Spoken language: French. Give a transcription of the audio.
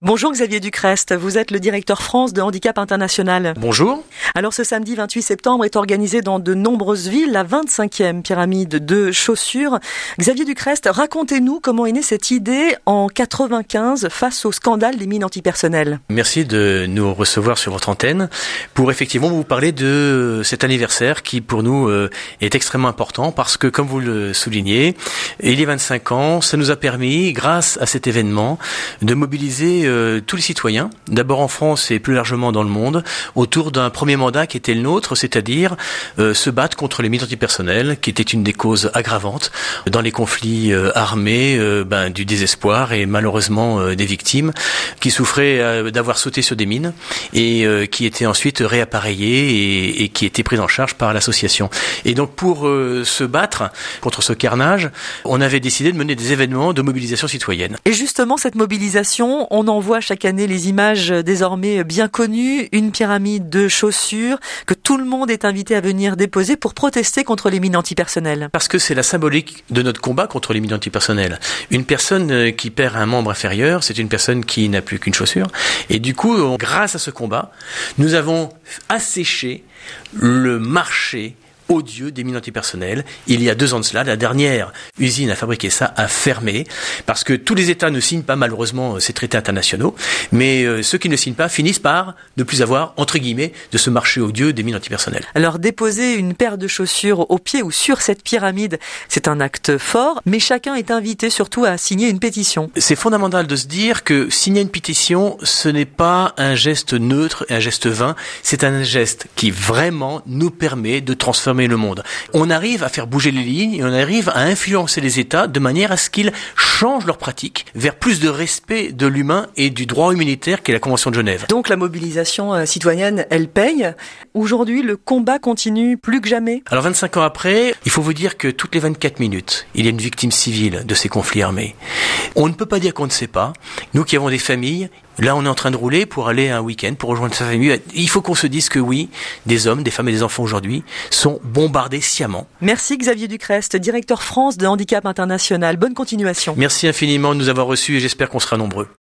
Bonjour Xavier Ducrest, vous êtes le directeur France de Handicap International. Bonjour. Alors ce samedi 28 septembre est organisée dans de nombreuses villes la 25e pyramide de chaussures. Xavier Ducrest, racontez-nous comment est née cette idée en 95 face au scandale des mines antipersonnelles. Merci de nous recevoir sur votre antenne pour effectivement vous parler de cet anniversaire qui pour nous est extrêmement important parce que comme vous le soulignez, il y a 25 ans, ça nous a permis, grâce à cet événement, de mobiliser tous les citoyens, d'abord en France et plus largement dans le monde, autour d'un premier mandat qui était le nôtre, c'est-à-dire se battre contre les mines antipersonnelles, qui était une des causes aggravantes dans les conflits armés, du désespoir et malheureusement des victimes qui souffraient d'avoir sauté sur des mines et qui étaient ensuite réappareillées et qui étaient prises en charge par l'association. Et donc pour se battre contre ce carnage, on avait décidé de mener des événements de mobilisation citoyenne. Et justement, cette mobilisation, on en voit chaque année les images désormais bien connues, une pyramide de chaussures que tout le monde est invité à venir déposer pour protester contre les mines antipersonnelles. Parce que c'est la symbolique de notre combat contre les mines antipersonnelles. Une personne qui perd un membre inférieur, c'est une personne qui n'a plus qu'une chaussure. Et du coup, grâce à ce combat, nous avons asséché le marché odieux des mines antipersonnelles. Il y a 2 ans de cela, la dernière usine à fabriquer ça a fermé parce que tous les États ne signent pas malheureusement ces traités internationaux, mais ceux qui ne signent pas finissent par ne plus avoir, entre guillemets, de ce marché odieux des mines antipersonnelles. Alors déposer une paire de chaussures au pied ou sur cette pyramide, c'est un acte fort, mais chacun est invité surtout à signer une pétition. C'est fondamental de se dire que signer une pétition, ce n'est pas un geste neutre et un geste vain, c'est un geste qui vraiment nous permet de transformer le monde. On arrive à faire bouger les lignes et on arrive à influencer les États de manière à ce qu'ils changent leurs pratiques vers plus de respect de l'humain et du droit humanitaire qu'est la Convention de Genève. Donc la mobilisation citoyenne, elle paye. Aujourd'hui, le combat continue plus que jamais. Alors 25 ans après, il faut vous dire que toutes les 24 minutes, il y a une victime civile de ces conflits armés. On ne peut pas dire qu'on ne sait pas. Nous qui avons des familles, là, on est en train de rouler pour aller un week-end, pour rejoindre sa famille. Il faut qu'on se dise que oui, des hommes, des femmes et des enfants aujourd'hui sont bombardés sciemment. Merci Xavier Ducrest, directeur France de Handicap International. Bonne continuation. Merci infiniment de nous avoir reçus et j'espère qu'on sera nombreux.